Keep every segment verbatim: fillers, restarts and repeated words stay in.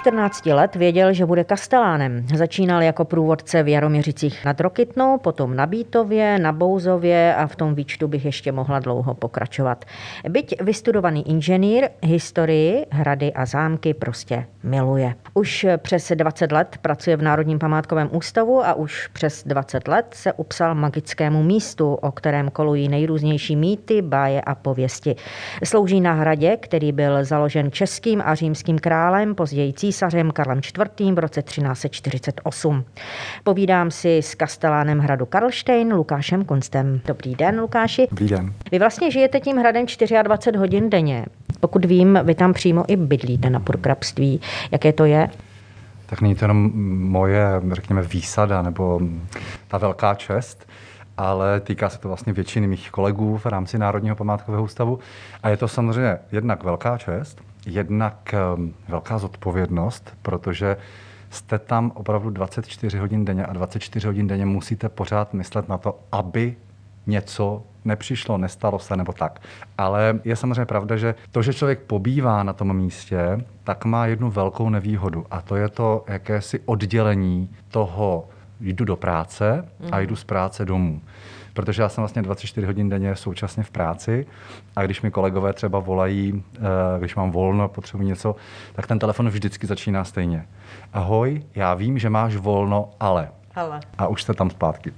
čtrnácti let věděl, že bude kastelánem. Začínal jako průvodce v Jaroměřicích nad Rokytnou, potom na Bítově, na Bouzově a v tom výčtu bych ještě mohla dlouho pokračovat. Byť vystudovaný inženýr, historii, hrady a zámky prostě miluje. Už přes dvacet let pracuje v Národním památkovém ústavu a už přes dvacet let se upsal magickému místu, o kterém kolují nejrůznější mýty, báje a pověsti. Slouží na hradě, který byl založen českým a římským králem, později císařem Karlem čtvrtým v roce třináct set čtyřicet osm. Povídám si s kastelánem hradu Karlštejn Lukášem Kunstem. Dobrý den, Lukáši. Dobrý den. Vy vlastně žijete tím hradem dvacet čtyři hodin denně. Pokud vím, vy tam přímo i bydlíte na purkrabství. Jaké to je? Tak není to jenom moje, řekněme, výsada nebo ta velká čest, ale týká se to vlastně většiny mých kolegů v rámci Národního památkového ústavu. A je to samozřejmě jednak velká čest, jednak velká zodpovědnost, protože jste tam opravdu dvacet čtyři hodin denně a dvacet čtyři hodin denně musíte pořád myslet na to, aby něco nepřišlo, nestalo se nebo tak. Ale je samozřejmě pravda, že to, že člověk pobývá na tom místě, tak má jednu velkou nevýhodu a to je to jakési oddělení toho, jdu do práce a jdu z práce domů. Protože já jsem vlastně dvacet čtyři hodin denně současně v práci a když mi kolegové třeba volají, když mám volno, potřebuji něco, tak ten telefon vždycky začíná stejně. Ahoj, já vím, že máš volno, ale. ale. A už jste tam zpátky.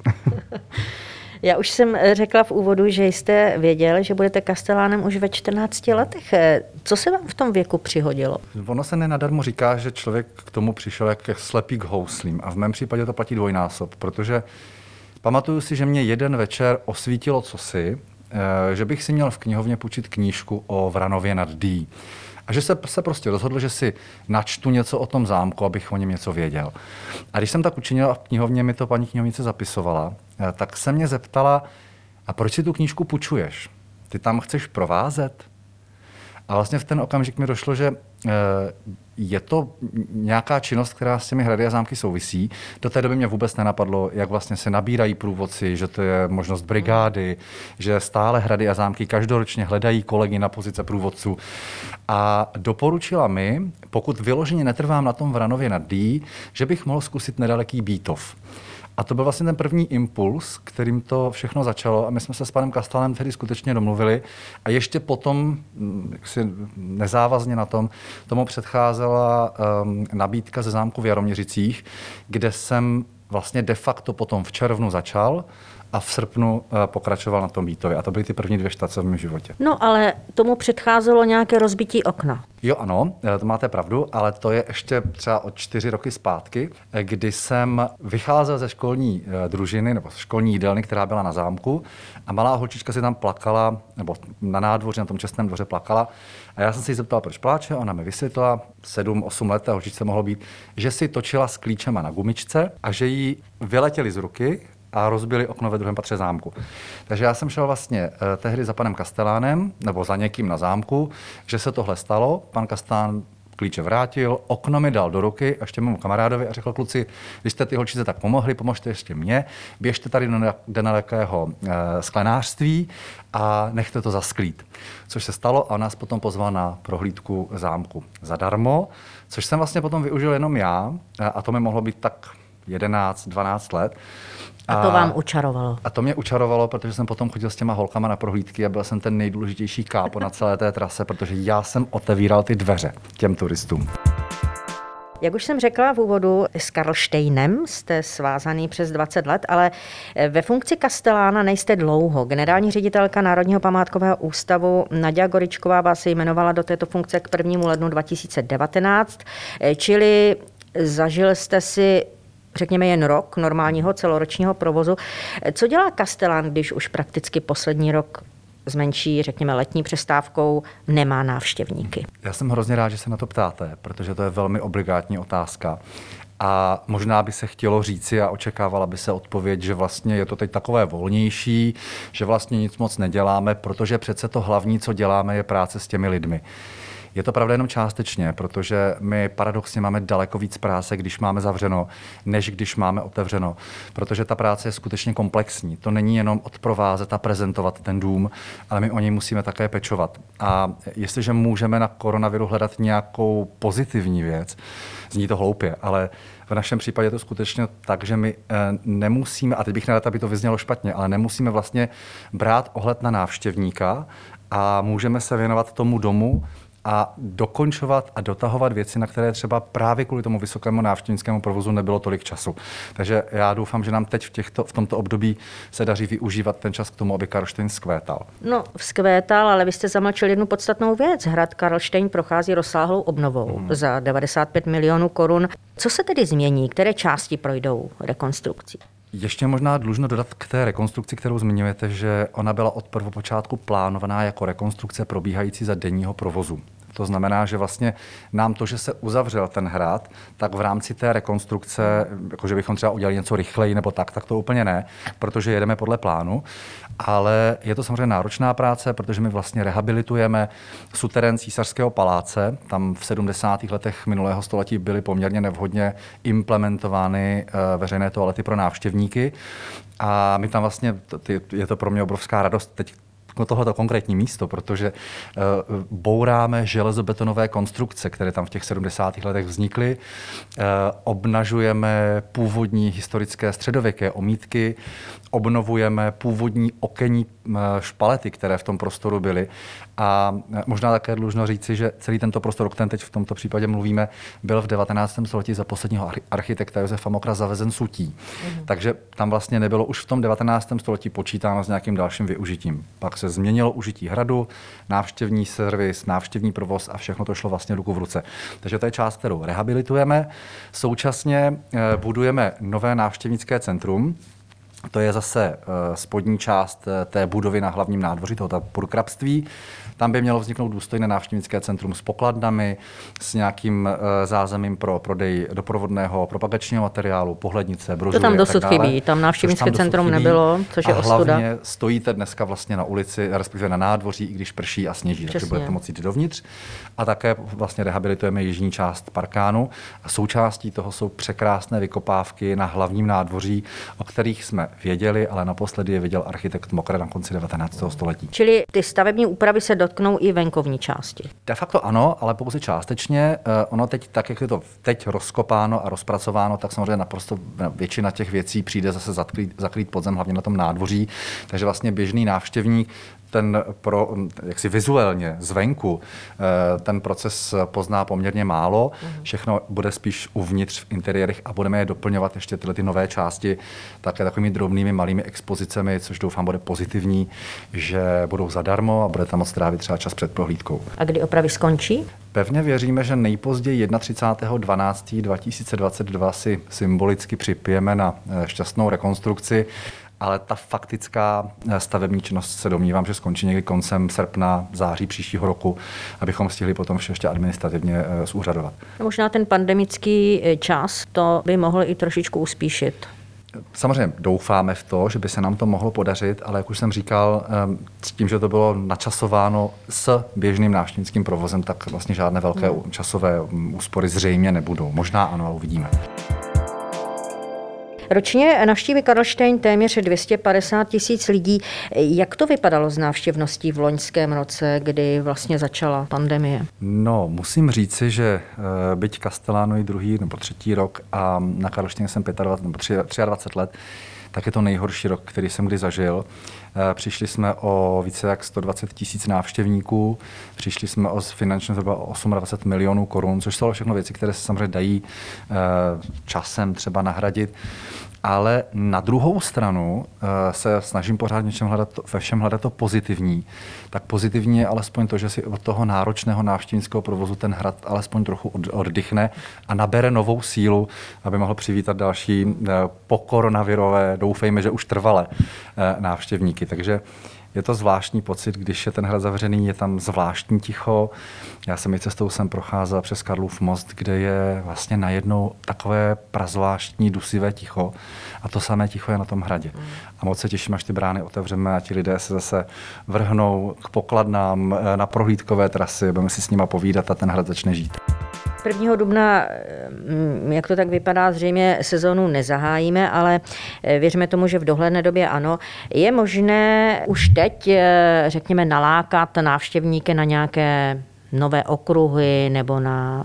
Já už jsem řekla v úvodu, že jste věděl, že budete kastelánem už ve čtrnácti letech. Co se vám v tom věku přihodilo? Ono se nenadarmo říká, že člověk k tomu přišel jak slepý k houslím. A v mém případě to platí dvojnásob, protože pamatuju si, že mě jeden večer osvítilo cosi, že bych si měl v knihovně půjčit knížku o Vranově nad Dý. A že se, se prostě rozhodl, že si načtu něco o tom zámku, abych o něm něco věděl. A když jsem tak učinil a v knihovně mi to paní knihovnice zapisovala, tak se mě zeptala, a proč si tu knížku půjčuješ? Ty tam chceš provázet? A vlastně v ten okamžik mi došlo, že je to nějaká činnost, která s těmi hrady a zámky souvisí. Do té doby mě vůbec nenapadlo, jak vlastně se nabírají průvodci, že to je možnost brigády, že stále hrady a zámky každoročně hledají kolegy na pozice průvodců. A doporučila mi, pokud vyloženě netrvám na tom Vranově nad Dý, že bych mohl zkusit nedaleký Bítov. A to byl vlastně ten první impuls, kterým to všechno začalo a my jsme se s panem Kastelánem tedy skutečně domluvili a ještě potom, jaksi nezávazně na tom, tomu předcházela um, nabídka ze zámku v Jaroměřicích, kde jsem vlastně de facto potom v červnu začal a v srpnu uh, pokračoval na tom Bítově. A to byly ty první dvě štace v mém životě. No ale tomu předcházelo nějaké rozbití okna. Jo, ano, to máte pravdu, ale to je ještě třeba od čtyři roky zpátky, kdy jsem vycházel ze školní družiny nebo školní jídelny, která byla na zámku a malá holčička si tam plakala, nebo na nádvoří, na tom čestném dvoře plakala a já jsem se jí zeptal, proč pláče, ona mi vysvětlila, sedm, osm let, holčičce mohlo být, že si točila s klíčema na gumičce a že jí vyletěly z ruky a rozbili okno ve druhém patře zámku. Takže já jsem šel vlastně eh, tehdy za panem Kastelánem, nebo za někým na zámku, že se tohle stalo. Pan Kastelán klíče vrátil, okno mi dal do ruky a ještě mému kamarádovi a řekl, kluci, když jste ty holčice tak pomohli, pomožte ještě mě, běžte tady do nedalekého eh, sklenářství a nechte to zasklít. Což se stalo a on nás potom pozval na prohlídku zámku zadarmo, což jsem vlastně potom využil jenom já a to mi mohlo být tak jedenáct dvanáct let. A to vám učarovalo? A to mě učarovalo, protože jsem potom chodil s těma holkama na prohlídky a byl jsem ten nejdůležitější kápo na celé té trase, protože já jsem otevíral ty dveře těm turistům. Jak už jsem řekla v úvodu, s Karlštejnem jste svázaný přes dvacet let, ale ve funkci kastelána nejste dlouho. Generální ředitelka Národního památkového ústavu Naďa Goričková vás jmenovala do této funkce k prvnímu lednu dva tisíce devatenáct, čili zažil jste si řekněme jen rok normálního celoročního provozu. Co dělá kastelán, když už prakticky poslední rok s menší, řekněme, letní přestávkou nemá návštěvníky? Já jsem hrozně rád, že se na to ptáte, protože to je velmi obligátní otázka. A možná by se chtělo říci a očekávala by se odpověď, že vlastně je to teď takové volnější, že vlastně nic moc neděláme, protože přece to hlavní, co děláme, je práce s těmi lidmi. Je to pravda jenom částečně, protože my paradoxně máme daleko víc práce, když máme zavřeno, než když máme otevřeno, protože ta práce je skutečně komplexní. To není jenom odprovázet a prezentovat ten dům, ale my o něj musíme také pečovat. A jestliže můžeme na koronaviru hledat nějakou pozitivní věc, zní to hloupě, ale v našem případě je to skutečně tak, že my nemusíme, a teď bych nerad, aby to vyznělo špatně, ale nemusíme vlastně brát ohled na návštěvníka a můžeme se věnovat tomu domu a dokončovat a dotahovat věci, na které třeba právě kvůli tomu vysokému návštěvnickému provozu nebylo tolik času. Takže já doufám, že nám teď v, těchto, v tomto období se daří využívat ten čas k tomu, aby Karlštejn vzkvétal. No, vzkvétal, ale vy jste zamlčel jednu podstatnou věc. Hrad Karlštejn prochází rozsáhlou obnovou hmm. za devadesát pět milionů korun. Co se tedy změní? Které části projdou rekonstrukcí? Ještě možná dlužno dodat k té rekonstrukci, kterou zmiňujete, že ona byla od prvopočátku plánovaná jako rekonstrukce probíhající za denního provozu. To znamená, že vlastně nám to, že se uzavřel ten hrad, tak v rámci té rekonstrukce, jakože bychom třeba udělali něco rychleji nebo tak, tak to úplně ne, protože jedeme podle plánu. Ale je to samozřejmě náročná práce, protože my vlastně rehabilitujeme suterén Císařského paláce. Tam v sedmdesátých letech minulého století byly poměrně nevhodně implementovány veřejné toalety pro návštěvníky. A my tam vlastně, je to pro mě obrovská radost teď, tohleto konkrétní místo, protože uh, bouráme železobetonové konstrukce, které tam v těch sedmdesátých letech vznikly, uh, obnažujeme původní historické středověké omítky, obnovujeme původní okenní špalety, které v tom prostoru byly. A možná také dlužno říci, že celý tento prostor, o kterém teď v tomto případě mluvíme, byl v devatenáctém století za posledního architekta Josefa Mokra zavezen sutí. Mm-hmm. Takže tam vlastně nebylo už v tom devatenáctém století počítáno s nějakým dalším využitím. Pak se změnilo užití hradu, návštěvní servis, návštěvní provoz a všechno to šlo vlastně ruku v ruce. Takže to je část, kterou rehabilitujeme. Současně budujeme nové návštěvnické centrum. To je zase spodní část té budovy na hlavním nádvoří, tohoto purkrabství. Tam by mělo vzniknout důstojné návštěvnické centrum s pokladnami, s nějakým zázemím pro prodej doprovodného propagačního materiálu, pohlednice, brožury. To tam dosud chybí, tam návštěvnické centrum chybí, nebylo, což je ostuda. A hlavně stojíte dneska vlastně na ulici, respektive na nádvoří, i když prší a sněží, takže budete moci jít dovnitř. A také vlastně rehabilitujeme jižní část parkánu. A součástí toho jsou překrásné vykopávky na hlavním nádvoří, o kterých jsme věděli, ale naposledy je viděl architekt Mokra na konci devatenáctého století. Čili ty stavební úpravy se dotknou i venkovní části. De facto ano, ale pouze částečně. Ono teď, tak jak je to teď rozkopáno a rozpracováno, tak samozřejmě naprosto většina těch věcí přijde zase zakrýt, zakrýt podzem, hlavně na tom nádvoří. Takže vlastně běžný návštěvník ten pro, jaksi vizuálně zvenku ten proces pozná poměrně málo. Všechno bude spíš uvnitř v interiérech a budeme je doplňovat ještě tyhle ty nové části také takovými drobnými malými expozicemi, což doufám bude pozitivní, že budou zadarmo a bude tam moct trávit třeba čas před prohlídkou. A kdy opravy skončí? Pevně věříme, že nejpozději třicátého prvního dvanáctého dva tisíce dvacet dva si symbolicky připijeme na šťastnou rekonstrukci. Ale ta faktická stavební činnost se domnívám, že skončí někdy koncem srpna, září příštího roku, abychom stihli potom vše ještě administrativně zúřadovat. Možná ten pandemický čas to by mohl i trošičku uspíšit. Samozřejmě doufáme v to, že by se nám to mohlo podařit, ale jak už jsem říkal, s tím, že to bylo načasováno s běžným návštěvnickým provozem, tak vlastně žádné velké hmm. časové úspory zřejmě nebudou. Možná ano, ale uvidíme. Ročně navštíví Karlštejn téměř dvě stě padesát tisíc lidí. Jak to vypadalo s návštěvností v loňském roce, kdy vlastně začala pandemie? No, musím říci, že byť Castellano druhý nebo třetí rok a na Karlštejně jsem dvacet pět nebo dvacet tři let, tak je to nejhorší rok, který jsem kdy zažil. Přišli jsme o více jak sto dvacet tisíc návštěvníků, přišli jsme o finančně zhruba dvacet osm milionů korun, což jsou všechno věci, které se samozřejmě dají časem třeba nahradit. Ale na druhou stranu se snažím pořád něčem hledat, ve všem hledat to pozitivní. Tak pozitivní je alespoň to, že si od toho náročného návštěvnického provozu ten hrad alespoň trochu oddychne a nabere novou sílu, aby mohl přivítat další pokoronavirové, doufejme, že už trvalé návštěvníky. Takže Je to zvláštní pocit, když je ten hrad zavřený, je tam zvláštní ticho. Já jsem i cestou jsem procházel přes Karlův most, kde je vlastně najednou takové prazvláštní dusivé ticho a to samé ticho je na tom hradě. Mm. A moc se těším, až ty brány otevřeme a ti lidé se zase vrhnou k pokladnám na prohlídkové trasy, budeme si s nima povídat a ten hrad začne žít. prvního dubna, jak to tak vypadá, zřejmě sezónu nezahájíme, ale věříme tomu, že v dohledné době ano. Je možné už teď, řekněme, nalákat návštěvníky na nějaké nové okruhy nebo na,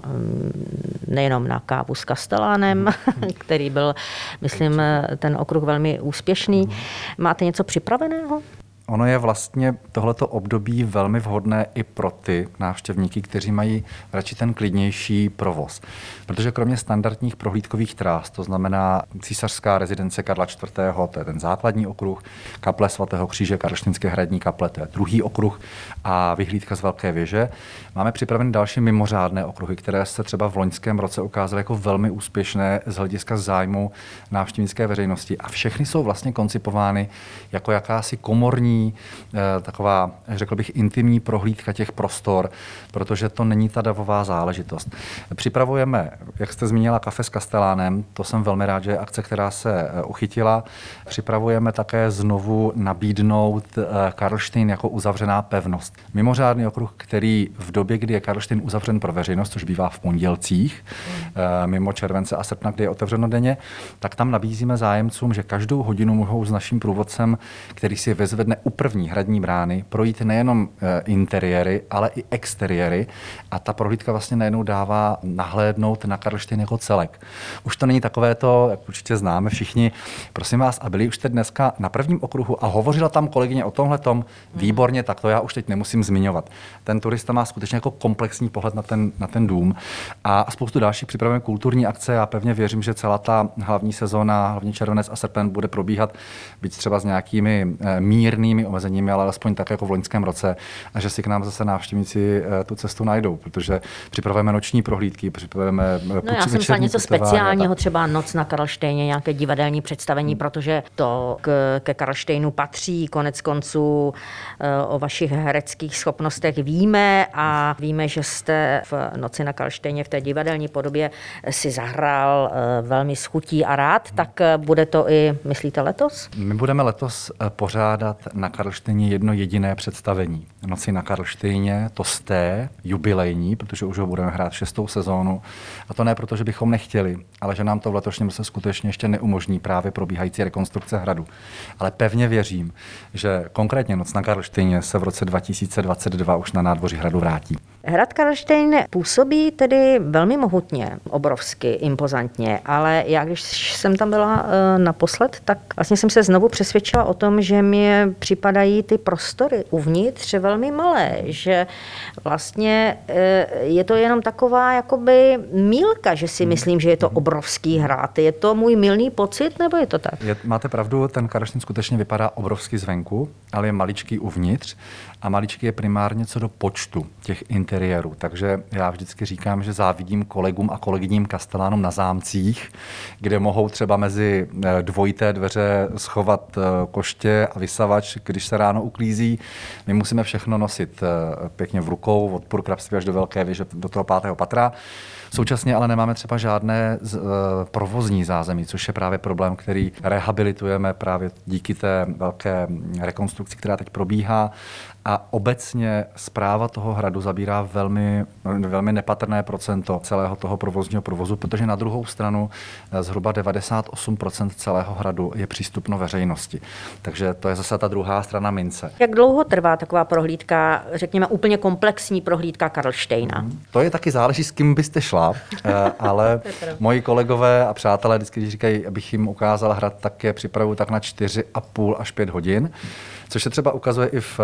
nejenom na kávu s kastelánem, který byl, myslím, ten okruh velmi úspěšný. Máte něco připraveného? Ono je vlastně tohleto období velmi vhodné i pro ty návštěvníky, kteří mají radši ten klidnější provoz. Protože kromě standardních prohlídkových tras, to znamená císařská rezidence Karla čtvrtého., to je ten základní okruh, kaple svatého kříže, Karlštejnské hradní kaple, to je druhý okruh a vyhlídka z Velké věže, máme připraveny další mimořádné okruhy, které se třeba v loňském roce ukázaly jako velmi úspěšné z hlediska zájmu návštěvnické veřejnosti. A všechny jsou vlastně koncipovány jako jakási komorní, taková, řekl bych, intimní prohlídka těch prostor, protože to není ta davová záležitost. Připravujeme, jak jste zmínila, kafe s kastelánem, to jsem velmi rád, že je akce, která se uchytila. Připravujeme také znovu nabídnout Karlštejn jako uzavřená pevnost. Mimořádný okruh, který v době, kdy je Karlštejn uzavřen pro veřejnost, což bývá v pondělcích, mm. mimo července a srpna, kdy je otevřeno denně, tak tam nabízíme zájemcům, že každou hodinu mohou s naším průvodcem, který si vyzvedne u první hradní brány, projít nejenom interiéry, ale i exteriéry a ta prohlídka vlastně najednou dává nahlédnout na Karlštejn jako celek. Už to není takové to, jak určitě známe všichni, prosím vás, a byli už jste dneska na prvním okruhu a hovořila tam kolegyně o tomhletom, výborně, tak to já už teď nemusím zmiňovat. Ten turista má skutečně jako komplexní pohled na ten, na ten dům a spoustu dalších připravujeme kulturní akce. Já pevně věřím, že celá ta hlavní sezóna, hlavně červenec a srpen, bude probíhat byť třeba s nějakými mírnými omezeními, ale alespoň tak jako v loňském roce, a že si k nám zase návštěvníci tu cestu najdou, protože připravujeme noční prohlídky, připravujeme No já jsem myslela něco speciálního, třeba Noc na Karlštejně, nějaké divadelní představení, hmm. protože to k, ke Karlštejnu patří, konec konců o vašich hereckých schopnostech víme a víme, že jste v Noci na Karlštejně v té divadelní podobě si zahrál velmi s chutí a rád, tak bude to i, myslíte, letos? My budeme letos pořádat na Karlštejně jedno jediné představení. Noci na Karlštejně, to sté, jubilejní, protože už ho budeme hrát šestou sezónu. A to ne proto, že bychom nechtěli, ale že nám to v letošním roce skutečně ještě neumožní právě probíhající rekonstrukce hradu. Ale pevně věřím, že konkrétně Noc na Karlštejně se v roce dva tisíce dvacet dva už na nádvoří hradu vrátí. Hrad Karlštejn působí tedy velmi mohutně, obrovsky, impozantně, ale já, když jsem tam byla naposled, tak vlastně jsem se znovu přesvědčila o tom, že mi připadají ty prostory uvnitř velmi malé, že vlastně je to jenom taková jakoby mýlka, že si myslím, že je to obrovský hrad. Je to můj mylný pocit, nebo je to tak? Je, máte pravdu, ten Karlštejn skutečně vypadá obrovsky zvenku, ale je maličký uvnitř a maličký je primárně co do počtu těch interiérů. Takže já vždycky říkám, že závidím kolegům a kolegyním kastelánům na zámcích, kde mohou třeba mezi dvojité dveře schovat koště a vysavač, když se ráno uklízí. My musíme všechno nosit pěkně v rukou, od purkrabství až do Velké věže, do toho pátého patra. Současně ale nemáme třeba žádné z, uh, provozní zázemí, což je právě problém, který rehabilitujeme právě díky té velké rekonstrukci, která teď probíhá. A obecně správa toho hradu zabírá velmi, velmi nepatrné procento celého toho provozního provozu, protože na druhou stranu zhruba devadesát osm procent celého hradu je přístupno veřejnosti. Takže to je zase ta druhá strana mince. Jak dlouho trvá taková prohlídka, řekněme úplně komplexní prohlídka Karlštejna? To je taky záleží, s kým byste šla, ale moji kolegové a přátelé vždycky, když říkají, abych jim ukázal hrad, tak je připravuju tak na čtyři a půl až pět hodin. Což se třeba ukazuje i v Kafi s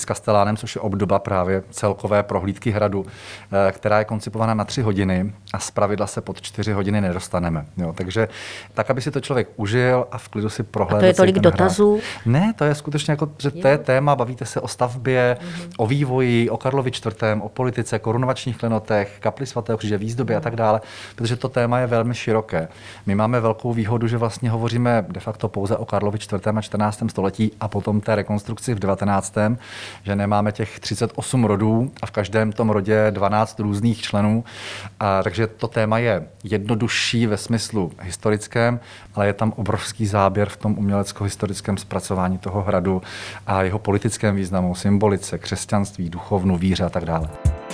Castellanem, což je obdoba právě celkové prohlídky hradu, která je koncipovaná na tři hodiny a zpravidla se pod čtyři hodiny nedostaneme. Jo, takže tak, aby si to člověk užil a v klidu si prohlédl. A to je tolik dotazů? Ne, to je skutečně jako, že to je téma, bavíte se o stavbě, mm-hmm. o vývoji, o Karlovi čtvrtém, o politice, korunovačních klenotech, kapli svatého kříže, výzdobě mm-hmm. a tak dále, protože to téma je velmi široké. My máme velkou výhodu, že vlastně hovoříme de facto pouze o Karlovi čtvrtém a čtrnáctém století a potom té rekonstrukci v devatenáctém že nemáme těch třicet osm rodů a v každém tom rodě dvanáct různých členů. A takže to téma je jednodušší ve smyslu historickém, ale je tam obrovský záběr v tom umělecko-historickém zpracování toho hradu a jeho politickém významu, symbolice, křesťanství, duchovnu, víře a tak dále.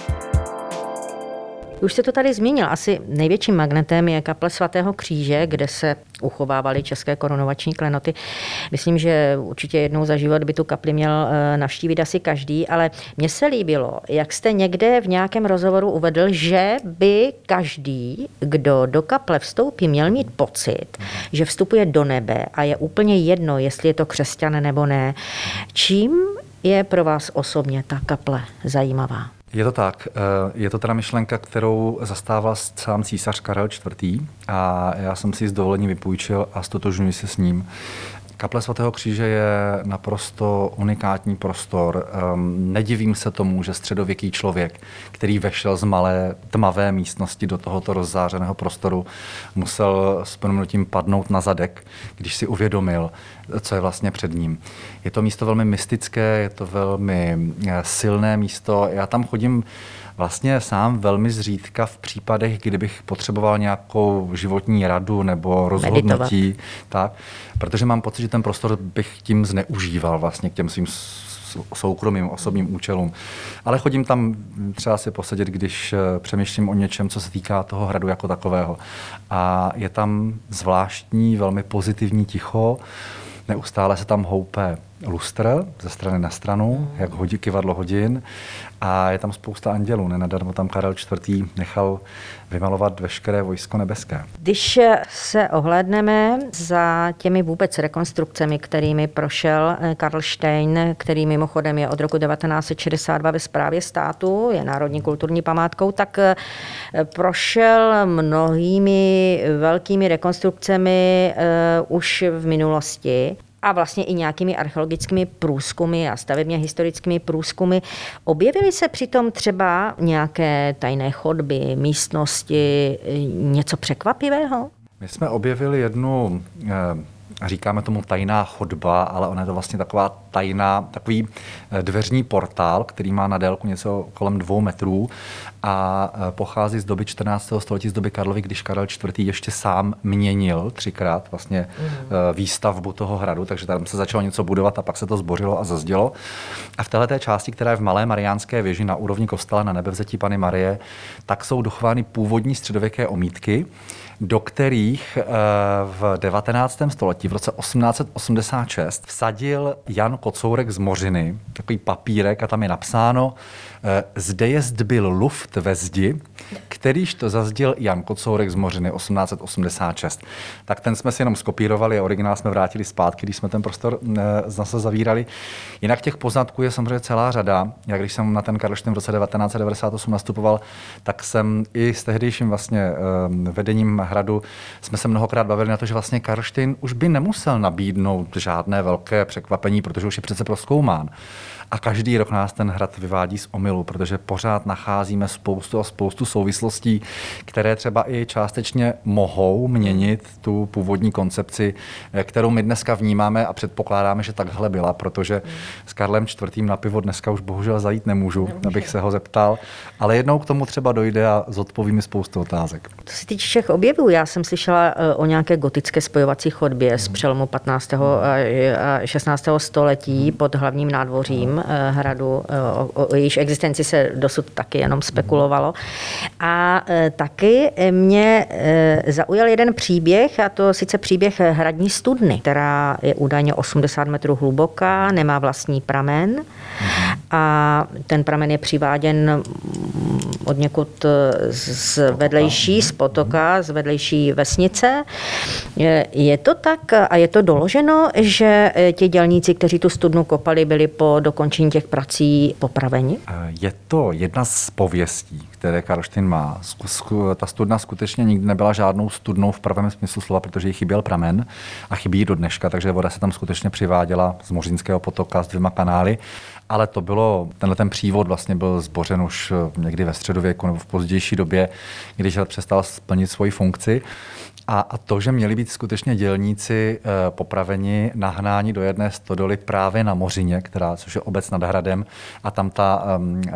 Už jste to tady zmínil, asi největším magnetem je kaple svatého kříže, kde se uchovávaly české korunovační klenoty. Myslím, že určitě jednou za život by tu kapli měl navštívit asi každý, ale mně se líbilo, jak jste někde v nějakém rozhovoru uvedl, že by každý, kdo do kaple vstoupí, měl mít pocit, že vstupuje do nebe a je úplně jedno, jestli je to křesťan nebo ne. Čím je pro vás osobně ta kaple zajímavá? Je to tak. Je to teda myšlenka, kterou zastával sám císař Karel čtvrtý a já jsem si ji s dovolením vypůjčil a stotožňuji se s ním. Kaple svatého kříže je naprosto unikátní prostor. Nedivím se tomu, že středověký člověk, který vešel z malé tmavé místnosti do tohoto rozzářeného prostoru, musel s prominutím padnout na zadek, když si uvědomil, co je vlastně před ním. Je to místo velmi mystické, je to velmi silné místo. Já tam chodím vlastně sám velmi zřídka v případech, kdybych potřeboval nějakou životní radu nebo rozhodnutí, tak, protože mám pocit, že ten prostor bych tím zneužíval vlastně k těm svým soukromým osobním účelům. Ale chodím tam třeba si posedět, když přemýšlím o něčem, co se týká toho hradu jako takového. A je tam zvláštní, velmi pozitivní ticho. Neustále se tam houpe lustr ze strany na stranu, jak hodí kyvadlo hodin a je tam spousta andělů. Nenadarmo tam Karel čtvrtý nechal vymalovat veškeré vojsko nebeské. Když se ohlédneme za těmi vůbec rekonstrukcemi, kterými prošel Karlštejn, který mimochodem je od roku devatenáct set šedesát dva ve správě státu, je národní kulturní památkou, tak prošel mnohými velkými rekonstrukcemi uh, už v minulosti. A vlastně i nějakými archeologickými průzkumy a stavebně historickými průzkumy. Objevily se přitom třeba nějaké tajné chodby, místnosti, něco překvapivého? My jsme objevili jednu, říkáme tomu tajná chodba, ale ona je to vlastně taková tajná, takový dveřní portál, který má na délku něco kolem dvou metrů a pochází z doby čtrnáctého století, z doby Karlovy, když Karel čtvrtý ještě sám měnil třikrát vlastně mm. výstavbu toho hradu, takže tam se začalo něco budovat a pak se to zbořilo a zazdělo. A v této části, která je v Malé Mariánské věži na úrovni kostela na Nebevzetí Panny Marie, tak jsou dochovány původní středověké omítky, do kterých v devatenáctém století, v roce osmnáct set osmdesát šest, vsadil Jan Kocourek z Mořiny, takový papírek a tam je napsáno, zde jest byl luft ve zdi, kterýž to zazdil Jan Kocourek z Mořiny osmnáct set osmdesát šest. Tak ten jsme si jenom skopírovali a originál jsme vrátili zpátky, když jsme ten prostor zase zavírali. Jinak těch poznatků je samozřejmě celá řada. Já když jsem na ten Karlštejn v roce devatenáct set devadesát osm nastupoval, tak jsem i s tehdejším vlastně vedením hradu jsme se mnohokrát bavili na to, že vlastně Karlštejn už by nemusel nabídnout žádné velké překvapení, protože už je přece prozkoumán. A každý rok nás ten hrad vyvádí z omylu, protože pořád nacházíme spoustu a spoustu souvislostí, které třeba i částečně mohou měnit tu původní koncepci, kterou my dneska vnímáme a předpokládáme, že takhle byla, protože s Karlem čtvrtým na pivo dneska už bohužel zajít nemůžu, abych se ho zeptal, ale jednou k tomu třeba dojde a zodpovíme spoustu otázek. To se týče všech objevů, já jsem slyšela o nějaké gotické spojovací chodbě z přelomu patnáctého a šestnáctého století pod hlavním nádvořím hradu, o, o jejíž existenci se dosud taky jenom spekulovalo. A taky mě zaujal jeden příběh, a to sice příběh hradní studny, která je údajně osmdesát metrů hluboká, nemá vlastní pramen a ten pramen je přiváděn od někud z vedlejší, z potoka, z vedlejší vesnice. Je to tak a je to doloženo, že ti dělníci, kteří tu studnu kopali, byli po dokončení těch prací popraveni? Je to jedna z pověstí, které Karlštejn má. Ta studna skutečně nikdy nebyla žádnou studnou v pravém smyslu slova, protože jí chyběl pramen a chybí do dneška, takže voda se tam skutečně přiváděla z Mořínského potoka s dvěma kanály. Ale to bylo, tenhle ten přívod vlastně byl zbořen už někdy ve středověku nebo v pozdější době, když přestal splnit svoji funkci. A, a to, že měli být skutečně dělníci e, popraveni, nahnáni do jedné stodoly právě na Mořině, která, což je obec nad hradem, a tam ta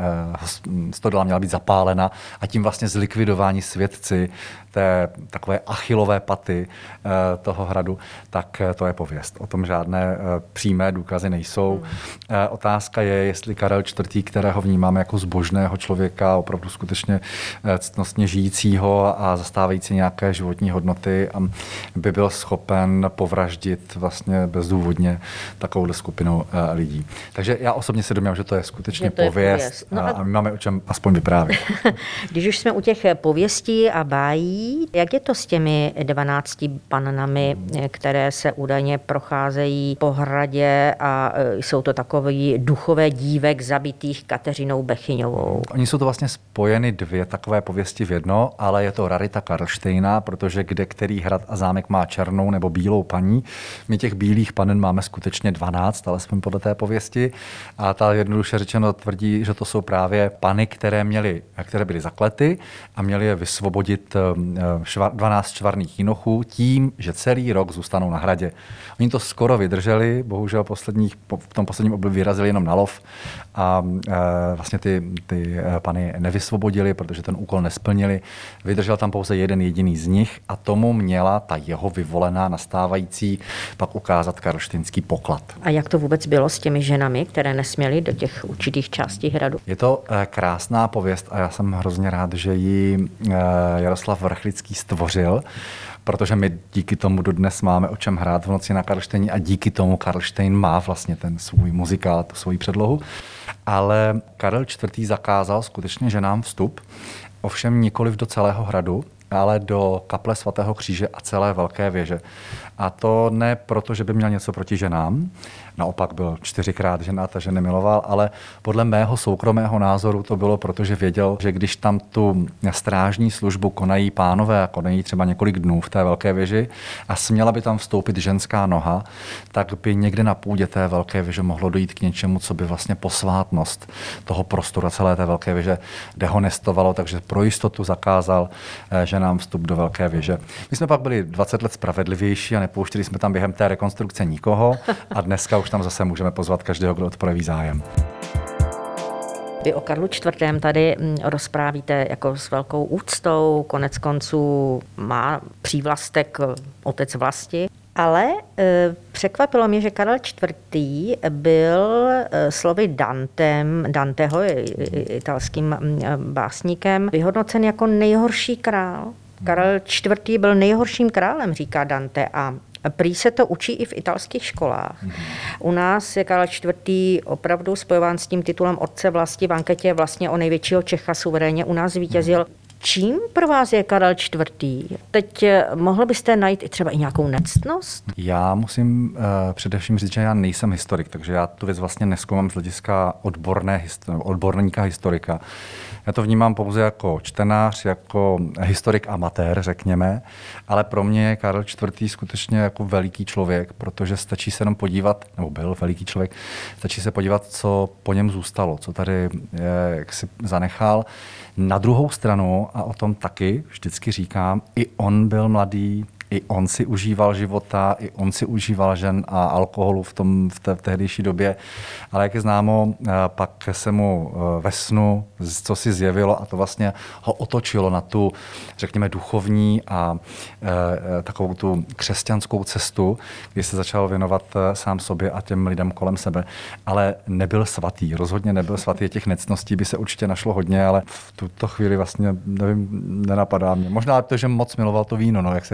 e, stodola měla být zapálena a tím vlastně zlikvidování svědci té takové achillové paty e, toho hradu, tak e, to je pověst. O tom žádné e, přímé důkazy nejsou. Hmm. E, otázka je, jestli Karel čtvrtý, kterého vnímáme jako zbožného člověka, opravdu skutečně e, ctnostně žijícího a zastávající nějaké životní hodnoty, by byl schopen povraždit vlastně bezdůvodně takovouhle skupinu uh, lidí. Takže já osobně si domnívám, že to je skutečně to pověst, je pověst. No a, a my máme o čem aspoň vyprávět. Když už jsme u těch pověstí a bájí, jak je to s těmi dvanácti pannami, které se údajně procházejí po hradě a jsou to takový duchové dívek zabitých Kateřinou Bechyňovou? Oni jsou to vlastně spojeny dvě takové pověsti v jedno, ale je to rarita Karlštejna, protože kde který hrad a zámek má černou nebo bílou paní. My těch bílých panen máme skutečně dvanáct, alespoň podle té pověsti. A ta jednoduše řečeno tvrdí, že to jsou právě pany, které měly, které byly zaklety a měly je vysvobodit švar, dvanáct švarných jinochů tím, že celý rok zůstanou na hradě. Oni to skoro vydrželi, bohužel posledních, v tom posledním období vyrazili jenom na lov a e, vlastně ty, ty pany nevysvobodili, protože ten úkol nesplnili. Vydržel tam pouze jeden jediný z nich a tomu měla ta jeho vyvolená nastávající pak ukázat karlštejnský poklad. A jak to vůbec bylo s těmi ženami, které nesměly do těch určitých částí hradu? Je to krásná pověst a já jsem hrozně rád, že ji Jaroslav Vrchlický stvořil, protože my díky tomu dodnes máme o čem hrát v noci na Karlštejně a díky tomu Karlštejn má vlastně ten svůj muzikál, tu svoji předlohu. Ale Karel čtvrtý zakázal skutečně ženám vstup, ovšem nikoliv do celého hradu, ale do kaple svatého kříže a celé velké věže. A to ne proto, že by měl něco proti ženám, naopak byl čtyřikrát ženat a ženy miloval, ale podle mého soukromého názoru to bylo proto, že věděl, že když tam tu strážní službu konají pánové a konají třeba několik dnů v té velké věži a směla by tam vstoupit ženská noha, tak by někde na půdě té velké věže mohlo dojít k něčemu, co by vlastně posvátnost toho prostoru a celé té velké věže dehonestovalo, takže pro jistotu zakázal ženám vstup do velké věže. My jsme pak byli dvacet let spravedlivější a nepouštěli jsme tam během té rekonstrukce nikoho a dneska už tam zase můžeme pozvat každého, kdo projeví zájem. Vy o Karlu čtvrtém tady rozprávíte jako s velkou úctou, konec konců má přívlastek otec vlasti. Ale e, překvapilo mě, že Karel čtvrtý byl e, slovy Dantem, Danteho, italským básníkem, vyhodnocen jako nejhorší král. Karel čtvrtý byl nejhorším králem, říká Dante, a prý se to učí i v italských školách. U nás je Karel čtvrtý opravdu spojován s tím titulem otce vlasti. V anketě vlastně o největšího Čecha suverénně u nás zvítězil. Čím pro vás je Karel čtvrtý? Teď mohl byste najít i třeba i nějakou nectnost? Já musím uh, především říct, že já nejsem historik, takže já tu věc vlastně nezkoumám z hlediska odborné, odborníka historika. Já to vnímám pouze jako čtenář, jako historik amatér, řekněme, ale pro mě je Karel čtvrtý skutečně jako veliký člověk, protože stačí se jenom podívat, nebo byl veliký člověk, stačí se podívat, co po něm zůstalo, co tady je, jak si zanechal. Na druhou stranu, a o tom taky vždycky říkám, i on byl mladý, i on si užíval života, i on si užíval žen a alkoholu v, tom, v té v tehdejší době. Ale jak je známo, pak se mu ve snu co si zjevilo a to vlastně ho otočilo na tu, řekněme, duchovní a e, takovou tu křesťanskou cestu, kdy se začal věnovat sám sobě a těm lidem kolem sebe. Ale nebyl svatý, rozhodně nebyl svatý. Těch nectností by se určitě našlo hodně, ale v tuto chvíli vlastně, nevím, nenapadá mě. Možná to, že moc miloval to víno, no, jak se říká.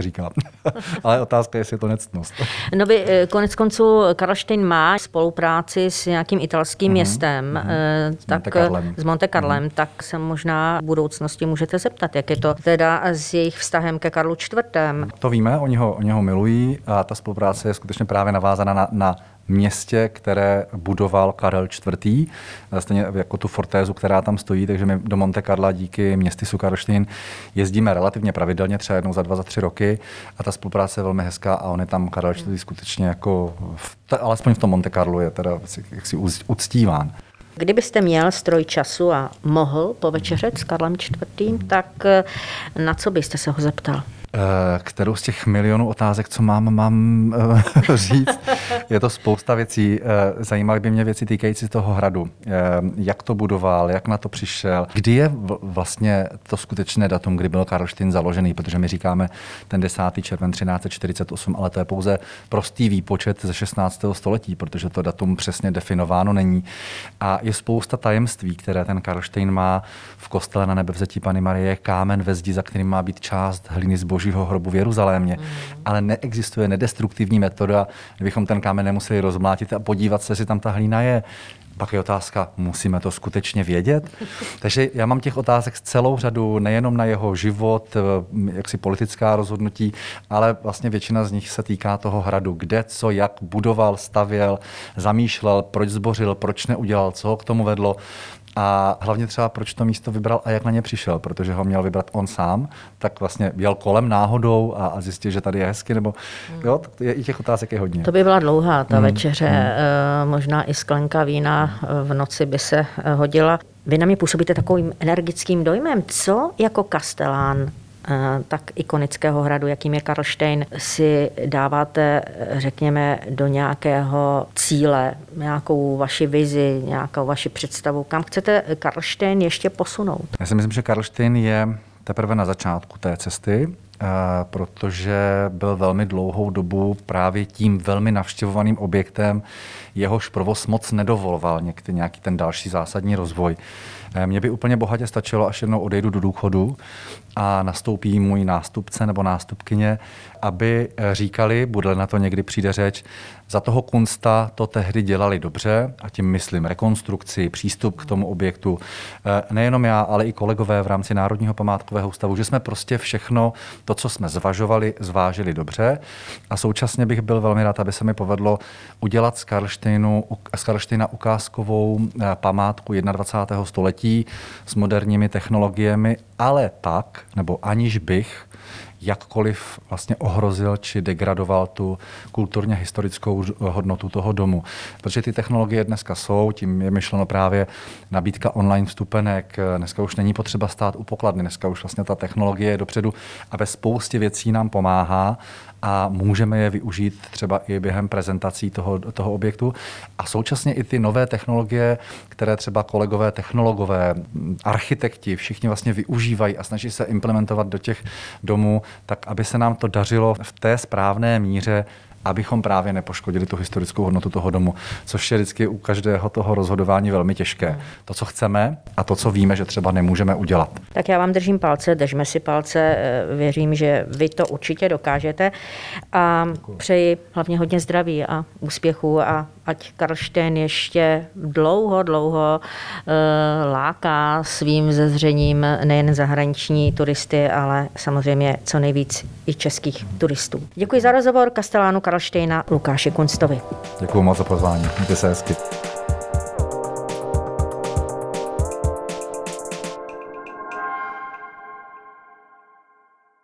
Ale otázka je, jestli je to nectnost. No by konec konců Karlštejn má spolupráci s nějakým italským mm-hmm. městem, mm-hmm. tak Monte s Monte Carlem, mm-hmm. tak se možná v budoucnosti můžete zeptat, jak je to teda s jejich vztahem ke Karlu čtvrtému. To víme, oni ho, oni ho milují a ta spolupráce je skutečně právě navázaná na, na městě, které budoval Karel čtvrtý, stejně jako tu fortézu, která tam stojí, takže my do Monte Carla díky městysu Karlštejn jezdíme relativně pravidelně, třeba jednou za dva, za tři roky a ta spolupráce je velmi hezká a on je tam Karel čtvrtý skutečně jako, v, alespoň v tom Monte Carlu je teda jaksi uctíván. Kdybyste měl stroj času a mohl povečeřet s Karlem čtvrtým, tak na co byste se ho zeptal? Kterou z těch milionů otázek, co mám, mám říct. Je to spousta věcí. Zajímaly by mě věci týkající toho hradu. Jak to budoval, jak na to přišel. Kdy je vlastně to skutečné datum, kdy byl Karlštejn založený, protože my říkáme ten desátého června třináct set čtyřicet osm, ale to je pouze prostý výpočet ze šestnáctého století, protože to datum přesně definováno není. A je spousta tajemství, které ten Karlštejn má v kostele Na Nebevzetí Panny Marie, kámen ve zdi, za kterým má být část hliny z Božího hrobu v Jeruzalémě. Mm. Ale neexistuje nedestruktivní metoda, kdybychom ten kámen nemuseli rozmlátit a podívat se, jestli tam ta hlína je. Pak je otázka, musíme to skutečně vědět? Takže já mám těch otázek celou řadu, nejenom na jeho život, jaksi politická rozhodnutí, ale vlastně většina z nich se týká toho hradu. Kde, co, jak budoval, stavěl, zamýšlel, proč zbořil, proč neudělal, co ho k tomu vedlo. A hlavně třeba, proč to místo vybral a jak na ně přišel, protože ho měl vybrat on sám, tak vlastně jel kolem náhodou a, a zjistil, že tady je hezky, nebo hmm. jo, je, i těch otázek je hodně. To by byla dlouhá ta hmm. večeře, hmm. možná i sklenka vína v noci by se hodila. Vy na mě působíte takovým energickým dojmem. Co jako kastelán tak ikonického hradu, jakým je Karlštejn, si dáváte, řekněme, do nějakého cíle, nějakou vaši vizi, nějakou vaši představu? Kam chcete Karlštejn ještě posunout? Já si myslím, že Karlštejn je teprve na začátku té cesty, protože byl velmi dlouhou dobu právě tím velmi navštěvovaným objektem, jehož provoz moc nedovoloval někdy nějaký ten další zásadní rozvoj. Mně by úplně bohatě stačilo, až jednou odejdu do důchodu a nastoupí můj nástupce nebo nástupkyně, aby říkali, bude na to někdy přijde řeč, za toho Kunsta to tehdy dělali dobře, a tím myslím rekonstrukci, přístup k tomu objektu. Nejenom já, ale i kolegové v rámci Národního památkového ústavu, že jsme prostě všechno to, co jsme zvažovali, zvážili dobře. A současně bych byl velmi rád, aby se mi povedlo udělat z Karlštejnu, z Karlštejna ukázkovou památku dvacátého prvního století s moderními technologiemi, ale tak, nebo aniž bych jakkoliv vlastně ohrozil či degradoval tu kulturně historickou hodnotu toho domu. Protože ty technologie dneska jsou, tím je myšleno právě nabídka online vstupenek, dneska už není potřeba stát u pokladny, dneska už vlastně ta technologie je dopředu a ve spoustě věcí nám pomáhá a můžeme je využít třeba i během prezentací toho, toho objektu. A současně i ty nové technologie, které třeba kolegové technologové, architekti, všichni vlastně využívají a snaží se implementovat do těch domů, tak aby se nám to dařilo v té správné míře, abychom právě nepoškodili tu historickou hodnotu toho domu, což je vždycky u každého toho rozhodování velmi těžké. To, co chceme a to, co víme, že třeba nemůžeme udělat. Tak já vám držím palce, držme si palce, věřím, že vy to určitě dokážete a děkuji. Přeji hlavně hodně zdraví a úspěchů a ať Karlštejn ještě dlouho, dlouho láká svým zezřením nejen zahraniční turisty, ale samozřejmě co nejvíc i českých turistů. Děkuji za rozhovor kastelánu Karlštejna Lukáši Kunstovi. Děkuji moc za pozvání. Mějte se hezky.